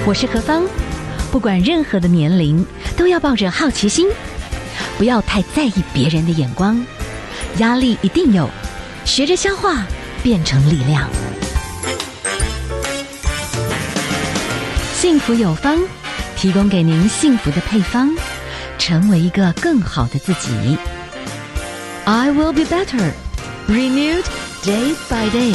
我是何芳，不管任何的年龄，都要抱着好奇心，不要太在意别人的眼光，压力一定有，学着消化，变成力量。幸福有方，提供给您幸福的配方，成为一个更好的自己。I will be better, renewed day by day。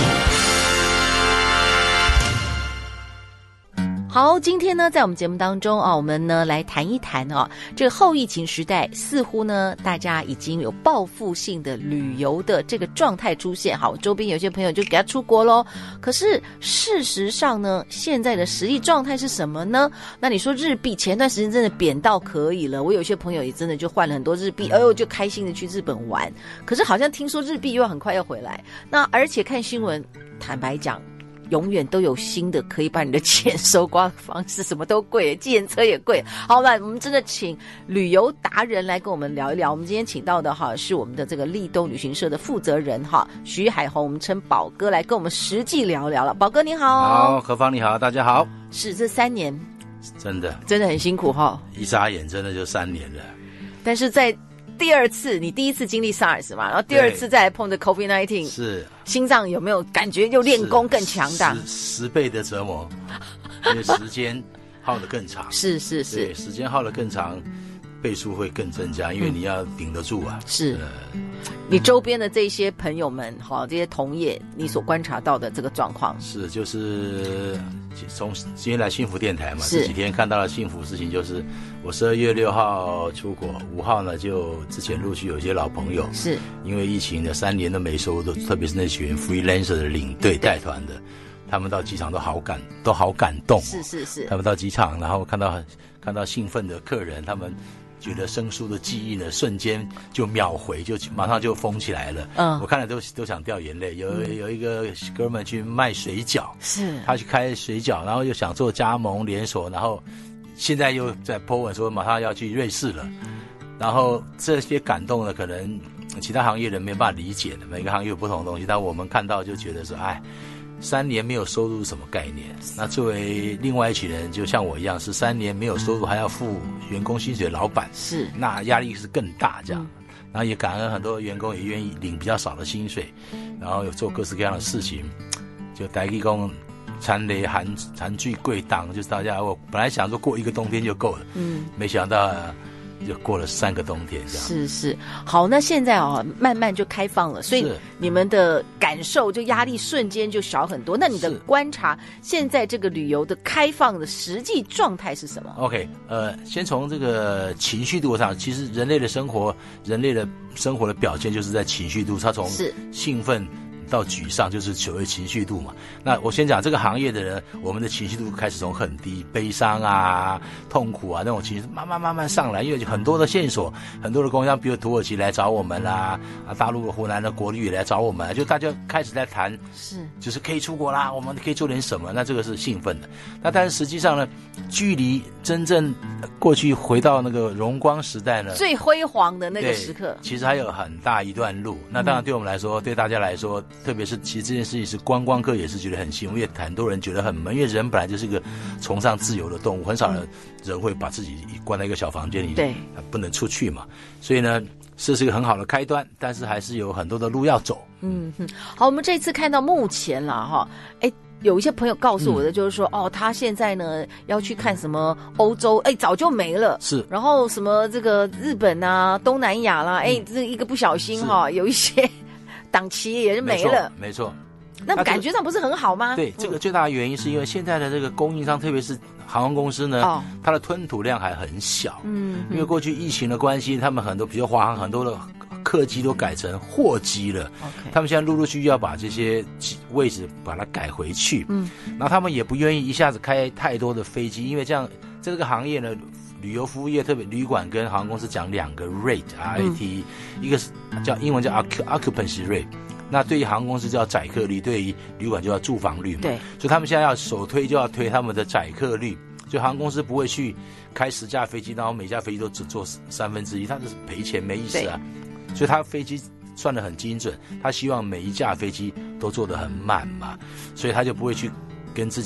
好，今天呢，在我们节目当中啊，我们呢来谈一谈啊，这个后疫情时代，似乎呢，大家已经有报复性的旅游的这个状态出现。好，周边有些朋友就给他出国咯。可是事实上呢，现在的实际状态是什么呢？那你说日币前段时间真的贬到可以了，我有些朋友也真的就换了很多日币，哎呦，就开心的去日本玩。可是好像听说日币又很快要回来，那而且看新闻，坦白讲，永远都有新的可以把你的钱收刮的方式，什么都贵，计程车也贵。好了，我们真的请旅游达人来跟我们聊一聊。我们今天请到的哈是我们的这个立东旅行社的负责人哈徐海宏，我们称宝哥来跟我们实际聊聊了。宝哥你好。 好，何芳你好，大家好。 是这3年真的很辛苦哈， 一眨眼真的就3年了。 但是在第二次，你第一次经历 SARS 嘛，然后第二次再来碰着 COVID-19， 是心脏有没有感觉又练功更强大 ？10倍的折磨，因为时间耗得更长。 是， 对，时间耗得更长，倍数会更增加，因为你要顶得住啊。 是，你周边的这些朋友们，好，这些同业，你所观察到的这个状况， 是就是从今天来幸福电台嘛， 这几天看到的幸福事情就是，我12月6号出国，5号呢就之前陆续有一些老朋友， 是因为疫情的3年都没收入，特别是那群 freelancer 的领队带团的，他们到机场都好感动，是，他们到机场，然后看到兴奋的客人，他们觉得生疏的记忆呢，瞬间就秒回，就马上就封起来了。我看了都想掉眼泪。有一个哥们去卖水饺， 是他去开水饺，然后又想做加盟连锁，然后现在又在 po 文说马上要去瑞士了。然后这些感动呢，可能其他行业人没办法理解的，每个行业有不同的东西，但我们看到就觉得说，哎，3年没有收入是什么概念？那作为另外一群人，就像我一样，是3年没有收入还要付员工薪水的老板， 是那压力是更大这样。然后也感恩很多员工也愿意领比较少的薪水，然后有做各式各样的事情，就台语说餐雷韩剧贵档，就是大家我本来想说过1个冬天就够了，没想到就过了3个冬天这样。 是好，那现在慢慢就开放了，所以你们的感受就压力瞬间就小很多。那你的观察，现在这个旅游的开放的实际状态是什么 ？OK， 先从这个情绪度上，其实人类的生活的表现就是在情绪度，它从兴奋到沮丧，就是所谓情绪度嘛。那我先讲这个行业的人，我们的情绪度开始从很低，悲伤啊、痛苦啊那种情绪慢慢上来，因为很多的线索，很多的工商，比如土耳其来找我们啦，大陆湖南的国旅也来找我们，就大家开始在谈，就是可以出国啦，我们可以做点什么，那这个是兴奋的。那但是实际上呢，距离真正过去回到那个荣光时代呢， 最辉煌的那个时刻， 其实还有很大一段路。那当然对我们来说，对大家来说，特别是其实这件事情是观光客也是觉得很幸福，因为很多人觉得很闷，因为人本来就是一个崇尚自由的动物，很少人会把自己关在一个小房间里， 对， 不能出去嘛。所以呢，这是一个很好的开端，但是还是有很多的路要走。 好，我们这次看到目前啦哈，有一些朋友告诉我的就是说，他现在呢要去看什么欧洲，早就没了， 是， 然后什么这个日本啊、东南亚啦，这一个不小心有一些档期也是没了， 没错。 那感觉上不是很好吗？ 对，这个最大的原因是因为现在的这个供应商，特别是航空公司呢，它的吞吐量还很小。因为过去疫情的关系，他们很多，比如华航很多的客机都改成货机了。他们现在陆陆续续要把这些位置把它改回去。然后他们也不愿意一下子开太多的飞机，因为这样在这个行业呢，旅游服务业特别旅馆跟航空公司讲2个 rate， 一个是英文叫 occupancy rate。那对于航空公司叫载客率，对于旅馆就叫住房率嘛。 对， 所以他们现在要首推就要推他们的载客率，所以航空公司不会去开10架飞机，然后每架飞机都只做1/3，他就是赔钱没意思啊。所以他飞机算得很精准，他希望每一架飞机都做得很满嘛，所以他就不会去跟自己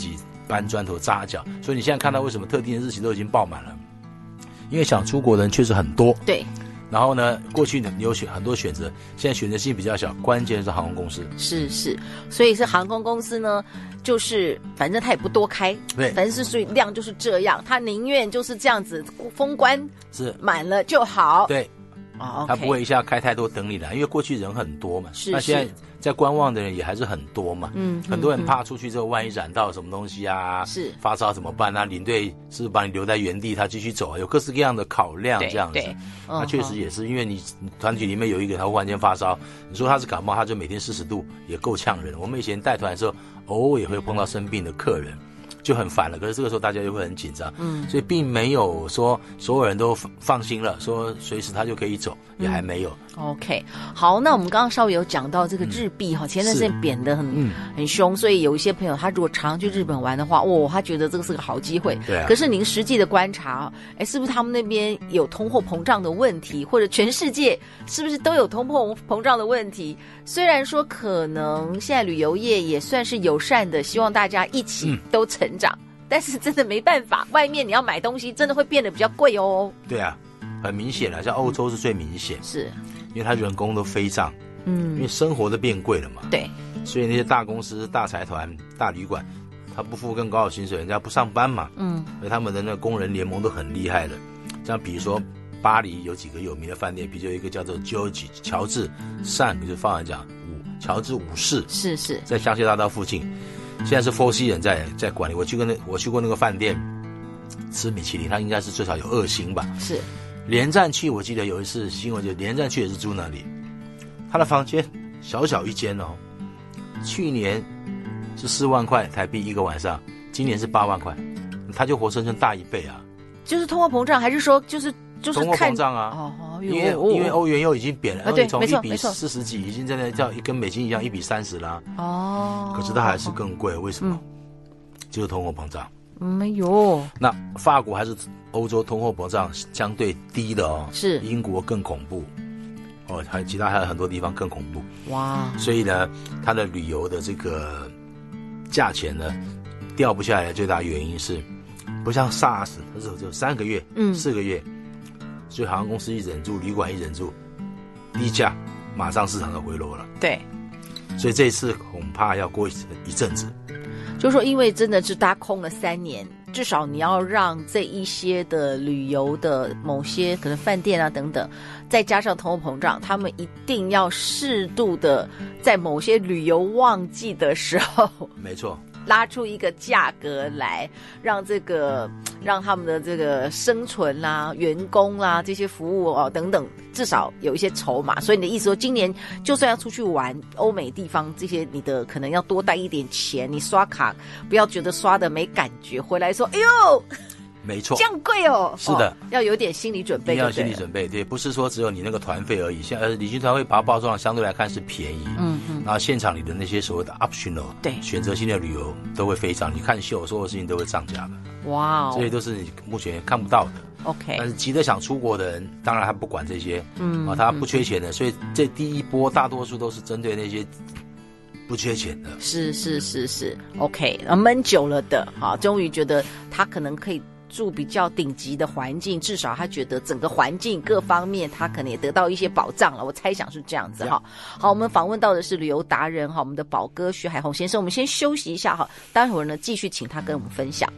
搬砖头扎脚，所以你现在看到为什么特定的日期都已经爆满了，因为想出国的人确实很多。 对。 然后呢，过去你有很多选择，现在选择性比较小，关键是航空公司。 是，所以是航空公司呢，就是反正他也不多开， 对， 反正是所以量就是这样，他宁愿就是这样子封关是满了就好。 对，他不会一下开太多等你来，因为过去人很多嘛，那现在在观望的人也还是很多嘛，很多人怕出去之后万一染到什么东西啊，是发烧怎么办啊？领队是不是把你留在原地，他继续走啊？有各式各样的考量这样子。那确实也是，因为你团体里面有一个他忽然间发烧，你说他是感冒，他就每天40度也够呛人。我们以前带团的时候，偶尔也会碰到生病的客人。就很烦了，可是这个时候大家就会很紧张，所以并没有说所有人都放心了，说随时他就可以走，也还没有。 OK， 好，那我们刚刚稍微有讲到这个日币哈，前段时间贬得很凶，所以有一些朋友他如果常去日本玩的话，他觉得这个是个好机会。 对啊。 可是您实际的观察，是不是他们那边有通货膨胀的问题，或者全世界是不是都有通货膨胀的问题？虽然说可能现在旅游业也算是友善的，希望大家一起都成长，但是真的没办法，外面你要买东西真的会变得比较贵哦。 对啊，很明显了，像欧洲是最明显， 是因为它人工都飞涨，因为生活都变贵了嘛。 对， 所以那些大公司、大财团、大旅馆，他不付更高的薪水，人家不上班嘛。所以他们的那个工人联盟都很厉害的。像比如说巴黎有几个有名的饭店，比如有一个叫做 George 乔治善，就是放来讲乔治五世， 是在香榭大道附近。现在是 Four Seasons 在管理，我去过那个饭店吃米其林，它应该是最少有2星吧。 是连战去，我记得有一次新闻就连战去也是住那里，他的房间小小一间哦，去年是4万块台币一个晚上，今年是8万块，他就活生生大1倍啊！ 就是通货膨胀，还是说就是通货膨胀啊？因为欧元又已经贬了， 对， 从1比40几，已经在那叫跟美金一样1比30啦。可是它还是更贵，为什么？就是通货膨胀。 没有。 那法国还是欧洲通货膨胀相对低的哦， 是英国更恐怖哦，其他还有很多地方更恐怖。 哇！ 所以呢，它的旅游的这个价钱呢掉不下来的最大原因是，不像 SARS 那时候就3个月、4个月，所以航空公司一忍住，旅馆一忍住，低价马上市场就回落了。 对， 所以这一次恐怕要过一阵子。 就是说因为真的是搭空了3年，至少你要让这一些的旅游的某些可能饭店啊等等，再加上通货膨胀，他们一定要适度的在某些旅游旺季的时候， 没错， 拉出一个价格来，让他们的这个生存啦、员工啦这些服务等等，至少有一些筹码。所以你的意思说，今年就算要出去玩欧美地方，这些你的可能要多带一点钱，你刷卡不要觉得刷的没感觉，回来说哎呦。 没错， 这样贵哦。 是的， 要有点心理准备。 要心理准备，对，不是说只有你那个团费而已。旅行团会把它包装相对来看是便宜，然后现场里的那些所谓的 optional， 对， 选择性的旅游都会飞涨。你看秀，所有事情都会涨价的。 哇哦， 这些都是你目前看不到的。 OK， 但是急着想出国的人，当然他不管这些，他不缺钱的，所以这第一波大多数都是针对那些不缺钱的。 是 OK， 闷久了的，终于觉得他可能可以住比较顶级的环境，至少他觉得整个环境各方面他可能也得到一些保障了，我猜想是这样子哈。好，我们访问到的是旅游达人我们的宝哥徐海宏先生，我们先休息一下哈，待会儿呢继续请他跟我们分享。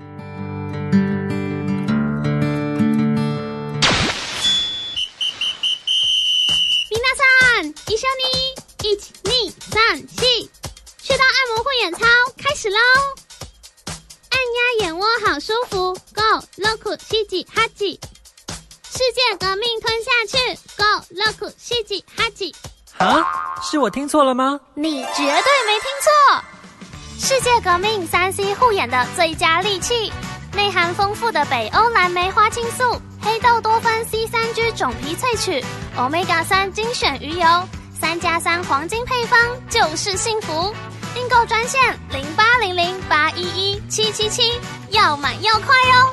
皆さん一緒に1、2、3、4，穴道按摩混眼操开始喽！按压眼窝好舒服 ，Go 6、7、8，世界革命吞下去 ，Go 6、7、8。 啊，是我听错了吗？ 你绝对没听错，世界革命3C 护眼的最佳利器，内含丰富的北欧蓝莓花青素、黑豆多酚 C3G 种皮萃取、Omega 3精选鱼油，3+3黄金配方就是幸福。订购专线0800811777，要买要快哦。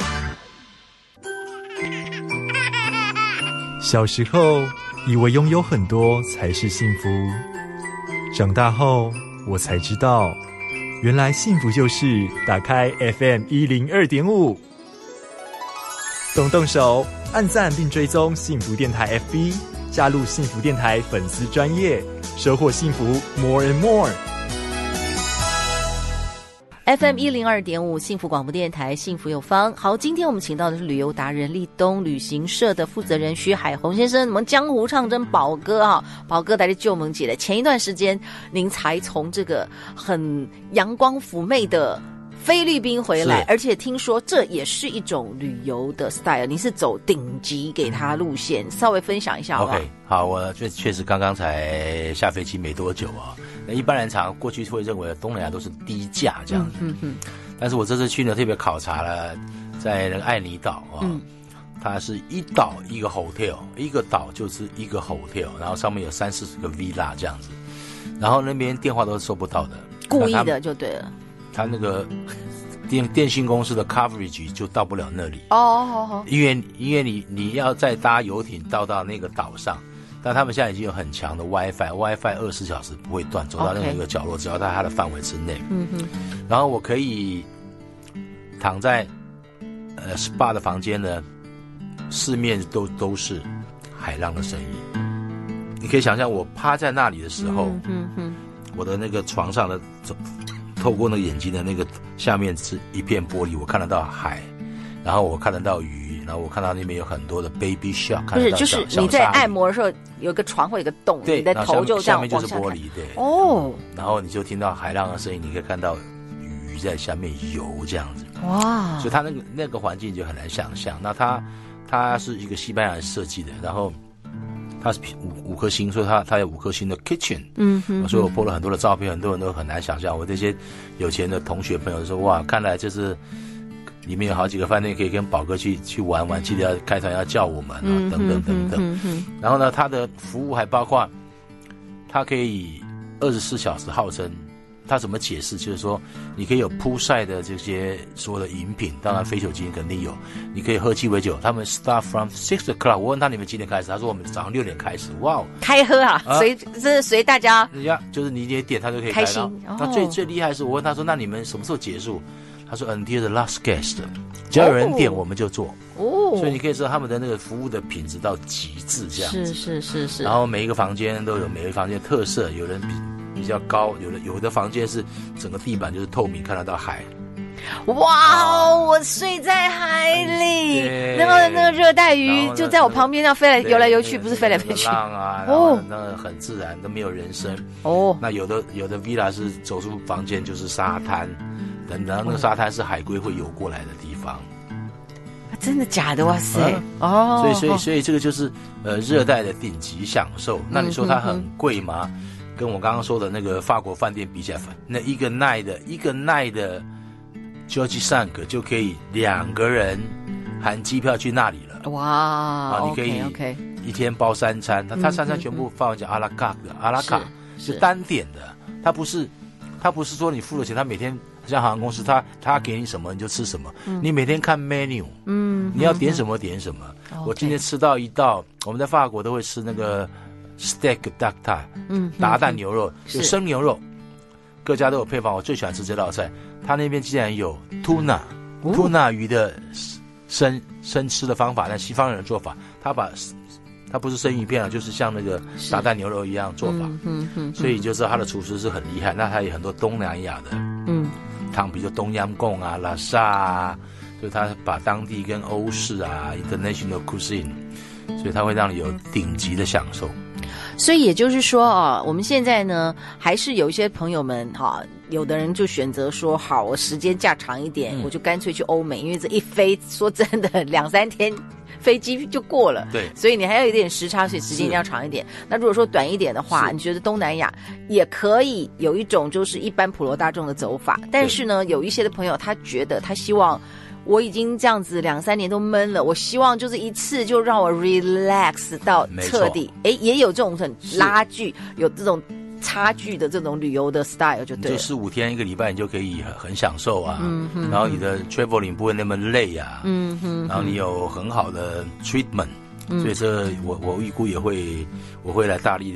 小时候以为拥有很多才是幸福，长大后我才知道， 原来幸福就是打开 FM102.5，动动手，按赞并追踪幸福电台 FB， 加入幸福电台粉丝专页，收获幸福 more and more。FM102.5 幸福广播电台，幸福有方。好，今天我们请到的是旅游达人立东旅行社的负责人徐海宏先生，我们江湖唱针宝哥啊，宝哥来的救我们姐了。前一段时间您才从这个很阳光妩媚的菲律宾回来，而且听说这也是一种旅游的 style， 你是走顶级给他路线，稍微分享一下好不好？ OK， 好，我确实刚刚才下飞机没多久啊。那一般人常过去会认为东南亚都是低价这样子，但是我这次去呢，特别考察了在那个爱尼岛啊，它是一岛一个 hotel， 一个岛就是一个 hotel， 然后上面有30-40个 villa 这样子，然后那边电话都收不到的， 故意的就对了。 他那个电信公司的 coverage 就到不了那里因为你要再搭游艇到那个岛上，但他们现在已经有很强的 WiFi 24小时不会断，走到任何一个角落，只要在它的范围之内。然后我可以躺在SPA 的房间呢，四面都是海浪的声音。你可以想象我趴在那里的时候，我的那个床上的透过那个眼睛的那个下面是一片玻璃，我看得到海，然后我看得到鱼，然后我看到那边有很多的 baby shark， 不是，就是你在按摩的时候有个床会有个洞， 对， 你的头就这样下面就是玻璃，对，然后你就听到海浪的声音，你可以看到鱼在下面游这样子，哇！所以它那个环境你就很难想象。那它是一个西班牙人设计的，然后它是五颗星，所以它有5颗星的 kitchen， 所以我播了很多的照片，很多人都很难想象。我这些有钱的同学朋友说，哇，看来就是里面有好几个饭店可以跟宝哥去玩玩，记得要开团要叫我们啊，等等等等。然后呢，它的服务还包括，它可以24小时号称。他怎么解释？就是说，你可以有铺晒的这些所有的饮品，当然非酒精肯定有，你可以喝鸡尾酒。他们 start from 6 o'clock， 我问他你们几点开始，他说我们早上6点开始。哇， 开喝啊，随大家， 就是你一点他就可以开心。那最厉害的是，我问他说，那你们什么时候结束？他说 until the last guest， 只要有人点我们就做。所以你可以知道他们的那个服务的品质到极致这样子。是。然后每一个房间都有每一个房间的特色，有人比较高，有的房间是整个地板就是透明，看得到海。 哇，我睡在海里，然后那个热带鱼就在我旁边，那飞来游来游去，不是飞来飞去。 浪啊，那很自然，都没有人声。那有的 villa 是走出房间就是沙滩，等等，那个沙滩是海龟会游过来的地方。 真的假的？哇塞！ 所以这个就是热带的顶级享受。那你说它很贵吗？跟我刚刚说的那个法国饭店比起来，那一个 night 的 George Sank 就可以2个人含机票去那里了。 哇！ 你可以一天包3餐，它3餐全部法文讲阿拉卡的，阿拉卡是单点的，它不是说你付了钱，它每天像航空公司，它给你什么你就吃什么，你每天看 menu， 你要点什么点什么。我今天吃到一道，我们在法国都会吃那个。steak tartare， 达旦牛肉，有生牛肉，各家都有配方。我最喜欢吃这道菜，他那边竟然有 tuna 鱼的生吃的方法，但西方人的做法，他不是生鱼片啊，就是像那个达旦牛肉一样做法，所以就知道他的厨师是很厉害。那他有很多东南亚的汤，比如说东阳贡啊、拉萨啊，所以他把当地跟欧式啊 international cuisine， 所以他会让你有顶级的享受。 所以也就是说我们现在呢，还是有一些朋友们有的人就选择说，好，我时间假长一点，我就干脆去欧美，因为这一飞，说真的，2-3天飞机就过了。 对， 所以你还有一点时差，所以时间要长一点。那如果说短一点的话，你觉得东南亚也可以有一种就是一般普罗大众的走法，但是呢，有一些的朋友他觉得他希望。我已经这样子2-3年都闷了，我希望就是一次就让我 relax 到彻底。也有这种很拉锯，有这种差距的这种旅游的 style 就对了。就 4-5天1个礼拜你就可以很享受啊，然后你的 traveling 不会那么累啊，然后你有很好的 treatment，所以这我预估我会来大力的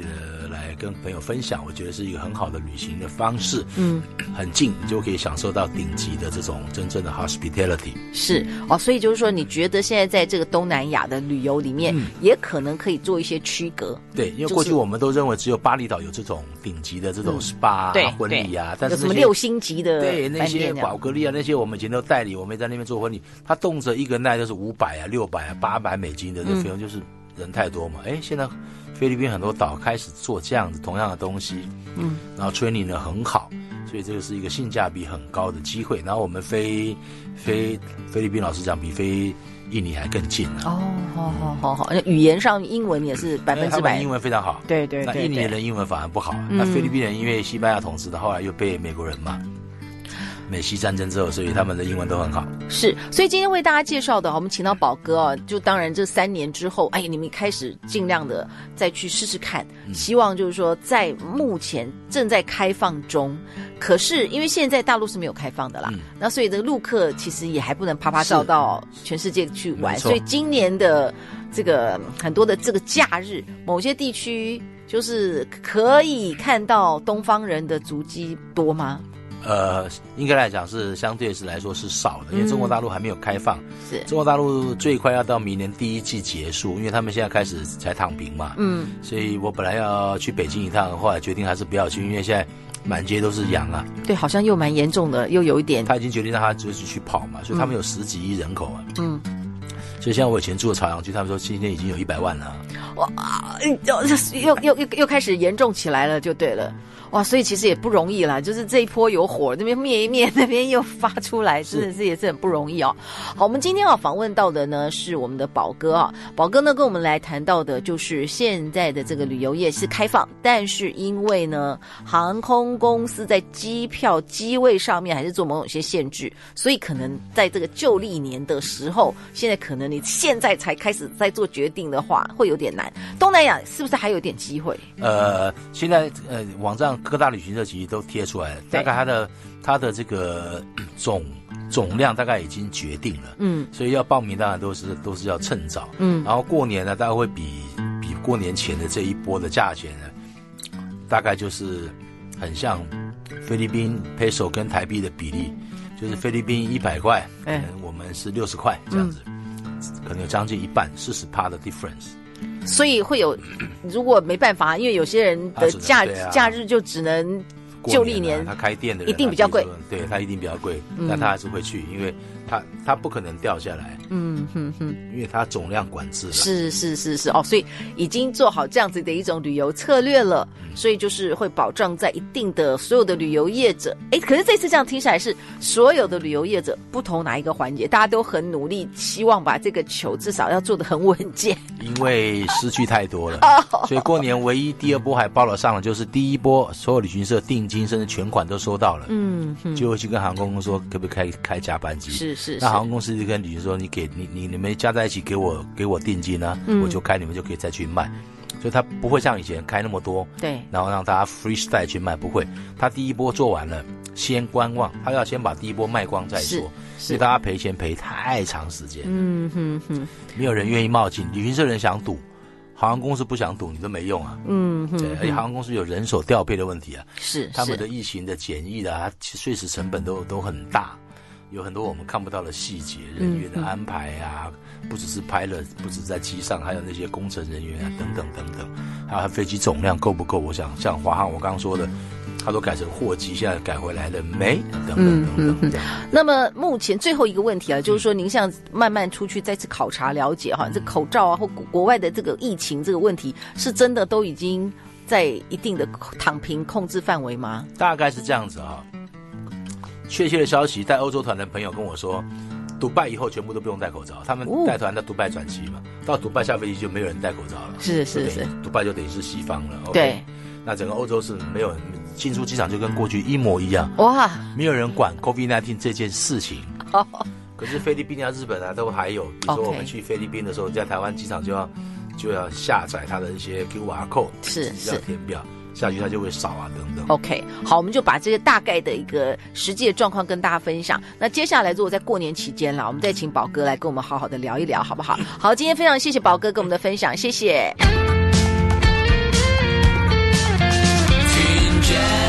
来跟朋友分享，我觉得是一个很好的旅行的方式。很近，你就可以享受到顶级的这种真正的 hospitality。 是哦，所以就是说，你觉得现在在这个东南亚的旅游里面，也可能可以做一些区隔。 对，因为过去我们都认为只有巴厘岛有这种顶级的这种 SPA 啊、婚礼啊，但是有什么6星级的对那些宝格丽啊，那些我们以前都代理，我们在那边做婚礼，他动辄一个night就是500啊、600啊、800美金的这费用，就是人太多嘛。现在菲律宾很多岛开始做这样子同样的东西，然后 training 呢很好，所以这个是一个性价比很高的机会。然后我们飞菲律宾，老实讲比飞印尼还更近啊。 好，语言上英文也是100%， 他们英文非常好。 对， 那印尼人英文反而不好。那菲律宾人因为西班牙统治的，后来又被美国人嘛。美西战争之后，所以他们的英文都很好。 是，所以今天为大家介绍的，我们请到宝哥就当然这3年之后，你们开始尽量的再去试试看，希望就是说在目前正在开放中，可是因为现在大陆是没有开放的啦，那所以这个陆客其实也还不能啪啪照到全世界去玩，所以今年的这个很多的这个假日，某些地区就是可以看到东方人的足迹多吗？ 应该来讲是相对是来说是少的，因为中国大陆还没有开放。 是， 中国大陆最快要到明年第1季结束，因为他们现在开始才躺平嘛。所以我本来要去北京一趟，后来决定还是不要去，因为现在满街都是羊啊。 对，好像又蛮严重的，又有一点。 他已经决定让他就是去跑嘛，所以他们有10几亿人口啊。所以像我以前住的朝阳区，他们说今天已经有100万了。 哇，又开始严重起来了，就对了。哇，所以其实也不容易啦，就是这一波有火，这边灭一灭，那边又发出来，真的是也是很不容易哦。好，我们今天访问到的呢是我们的宝哥啊，宝哥呢跟我们来谈到的就是现在的这个旅游业是开放，但是因为呢航空公司在机票机位上面还是做某种些限制，所以可能在这个旧历年的时候，现在可能你现在才开始在做决定的话，会有点难。东南亚是不是还有点机会？ 现在网站各大旅行社其实都贴出来了，大概它的这个总量大概已经决定了，所以要报名当然都是要趁早，然后过年呢，大概会比过年前的这一波的价钱呢，大概就是很像菲律宾 peso 跟台币的比例，就是菲律宾100块，可能我们是60块这样子，可能有将近一半40% 的 difference。 所以会有，如果没办法，因为有些人的假日就只能旧历年， 他开店的人一定比较贵， 对，他一定比较贵，但他还是会去，因为他不可能掉下来，因为他总量管制了， 是哦，所以已经做好这样子的一种旅游策略了，所以就是会保障在一定的所有的旅游业者，可是这次这样听下来是所有的旅游业者不同哪一个环节，大家都很努力，希望把这个球至少要做得很稳健， 因为失去太多了，所以过年唯一第2波还报了上了，就是第1波所有旅行社定金甚至全款都收到了，就会去跟航空公司说可不可以开加班机，是，那航空公司就跟旅行社说你们加在一起给我定金啊，我就开，你们就可以再去卖，所以他不会像以前开那么多， 对， 然后让大家 freestyle 去卖，不会，他第1波做完了先观望，他要先把第1波卖光再说，所以大家赔钱赔太长时间，没有人愿意冒进，旅行社人想赌，航空公司不想赌，你都没用啊，对，而且航空公司有人手调配的问题啊， 是他们的疫情的检疫的啊，税时成本都很大。有很多我们看不到的细节，人员的安排啊，不只是pilot，不只是在机上，还有那些工程人员啊，等等等等，还有飞机总量够不够？我想像华航我刚刚说的，它都改成货机，现在改回来了没？等等等等。 那么目前最后一个问题啊，就是说您像慢慢出去再次考察了解哈，这口罩啊或国外的这个疫情这个问题，是真的都已经在一定的躺平控制范围吗？ 大概是这样子啊。确切的消息，带欧洲团的朋友跟我说，杜拜以后全部都不用戴口罩，他们带团到杜拜转机嘛，到杜拜下飞机就没有人戴口罩了， 是， 杜拜就等于是西方了， 对， 那整个欧洲是没有进出机场就跟过去一模一样， 哇， 没有人管 COVID-19 这件事情。可是菲律宾啊、日本啊都还有，比如说我们去菲律宾的时候，在台湾机场就要下载它的一些 QR code， 是要填表。下去它就会少啊，等等。 OK， 好，我们就把这个大概的一个实际的状况跟大家分享。那接下来如果在过年期间啦，我们再请宝哥来跟我们好好的聊一聊，好不好？好，今天非常谢谢宝哥跟我们的分享，谢谢。 觉。